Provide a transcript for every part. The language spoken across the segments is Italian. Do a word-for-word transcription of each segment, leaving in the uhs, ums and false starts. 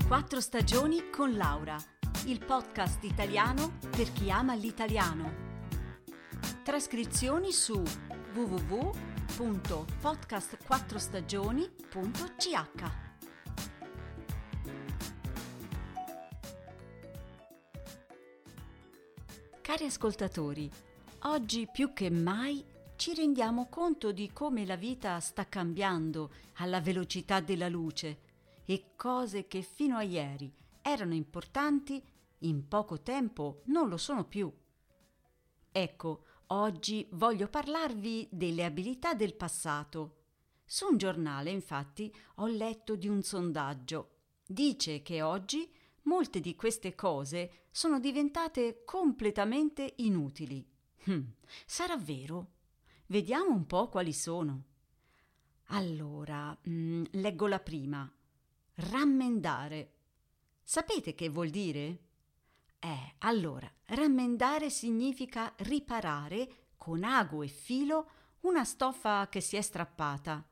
Quattro stagioni con Laura, il podcast italiano per chi ama l'italiano. Trascrizioni su w w w punto podcast quattro stagioni punto c h. Cari ascoltatori, oggi più che mai ci rendiamo conto di come la vita sta cambiando alla velocità della luce e cose che fino a ieri erano importanti, in poco tempo non lo sono più. Ecco, oggi voglio parlarvi delle abilità del passato. Su un giornale, infatti, ho letto di un sondaggio. Dice che oggi molte di queste cose sono diventate completamente inutili. Hm, sarà vero? Vediamo un po' quali sono. Allora, mh, leggo la prima. Rammendare. Sapete che vuol dire? Eh, allora, rammendare significa riparare con ago e filo una stoffa che si è strappata.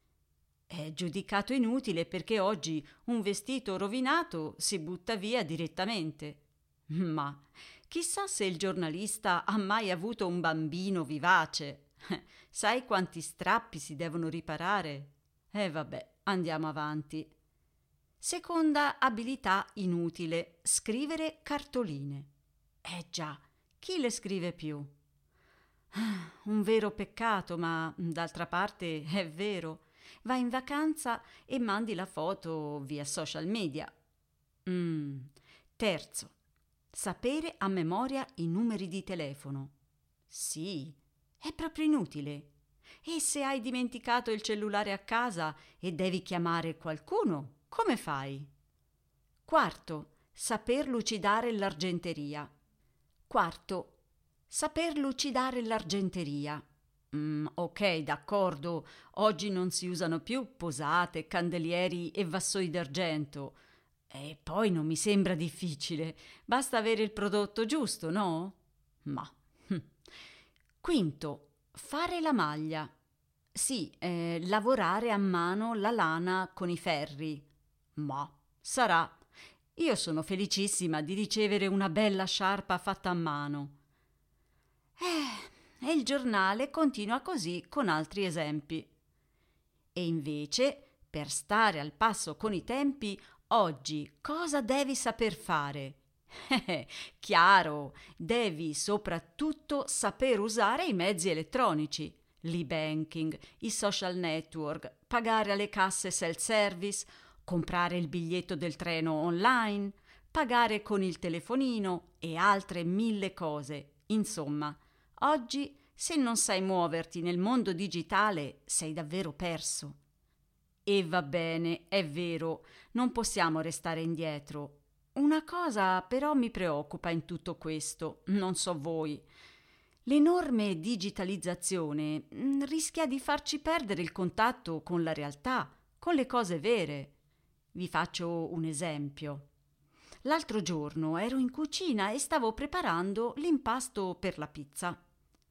È giudicato inutile perché oggi un vestito rovinato si butta via direttamente. Ma chissà se il giornalista ha mai avuto un bambino vivace. Sai quanti strappi si devono riparare? E vabbè, andiamo avanti. Seconda abilità inutile, scrivere cartoline. Eh già, chi le scrive più? Un vero peccato, ma d'altra parte è vero. Vai in vacanza e mandi la foto via social media. Mm. Terzo, sapere a memoria i numeri di telefono. Sì, è proprio inutile. E se hai dimenticato il cellulare a casa e devi chiamare qualcuno, come fai? Quarto, saper lucidare l'argenteria. Quarto, saper lucidare l'argenteria. Mm, ok, d'accordo, oggi non si usano più posate, candelieri e vassoi d'argento. E poi non mi sembra difficile, basta avere il prodotto giusto, no? Ma. Hm. Quinto, fare la maglia. Sì, eh, lavorare a mano la lana con i ferri. Ma sarà. Io sono felicissima di ricevere una bella sciarpa fatta a mano. Eh, e il giornale continua così con altri esempi. E invece, per stare al passo con i tempi, oggi cosa devi saper fare? Eh, chiaro, devi soprattutto saper usare i mezzi elettronici, l'e-banking, i social network, pagare alle casse self-service, comprare il biglietto del treno online, pagare con il telefonino e altre mille cose. Insomma, oggi se non sai muoverti nel mondo digitale sei davvero perso. E va bene, è vero, non possiamo restare indietro. Una cosa però mi preoccupa in tutto questo, non so voi. L'enorme digitalizzazione mh, rischia di farci perdere il contatto con la realtà, con le cose vere. Vi faccio un esempio. L'altro giorno ero in cucina e stavo preparando l'impasto per la pizza.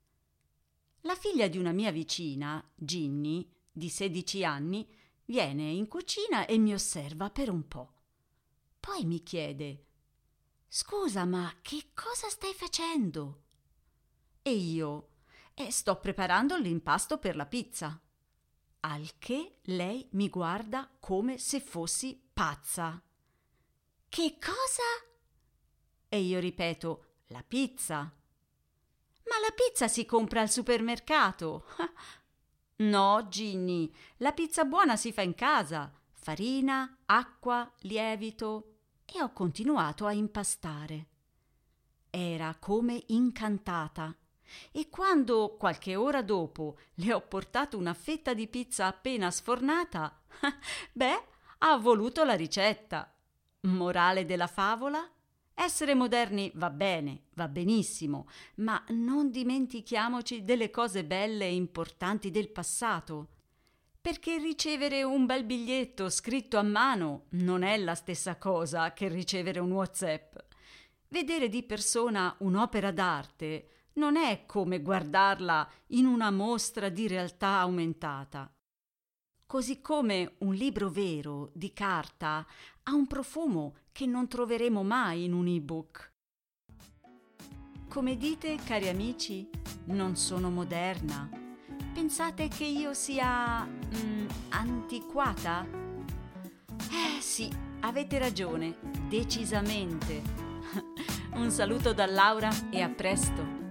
La figlia di una mia vicina, Ginny, di sedici anni, viene in cucina e mi osserva per un po'. Poi mi chiede: «Scusa, ma che cosa stai facendo?» E io: eh, «Sto preparando l'impasto per la pizza». Al che lei mi guarda come se fossi pazza. «Che cosa?» E io ripeto: «La pizza». «Ma la pizza si compra al supermercato». «No, Ginny, la pizza buona si fa in casa. Farina, acqua, lievito». E ho continuato a impastare. Era come incantata. E quando, qualche ora dopo, le ho portato una fetta di pizza appena sfornata, beh, ha voluto la ricetta. Morale della favola? Essere moderni va bene, va benissimo, ma non dimentichiamoci delle cose belle e importanti del passato. Perché ricevere un bel biglietto scritto a mano non è la stessa cosa che ricevere un WhatsApp. Vedere di persona un'opera d'arte non è come guardarla in una mostra di realtà aumentata. così come un libro vero di carta ha un profumo che non troveremo mai in un ebook. Come dite, cari amici, non sono moderna? Pensate che io sia mm, antiquata? Eh sì, avete ragione, decisamente. Un saluto da Laura e a presto!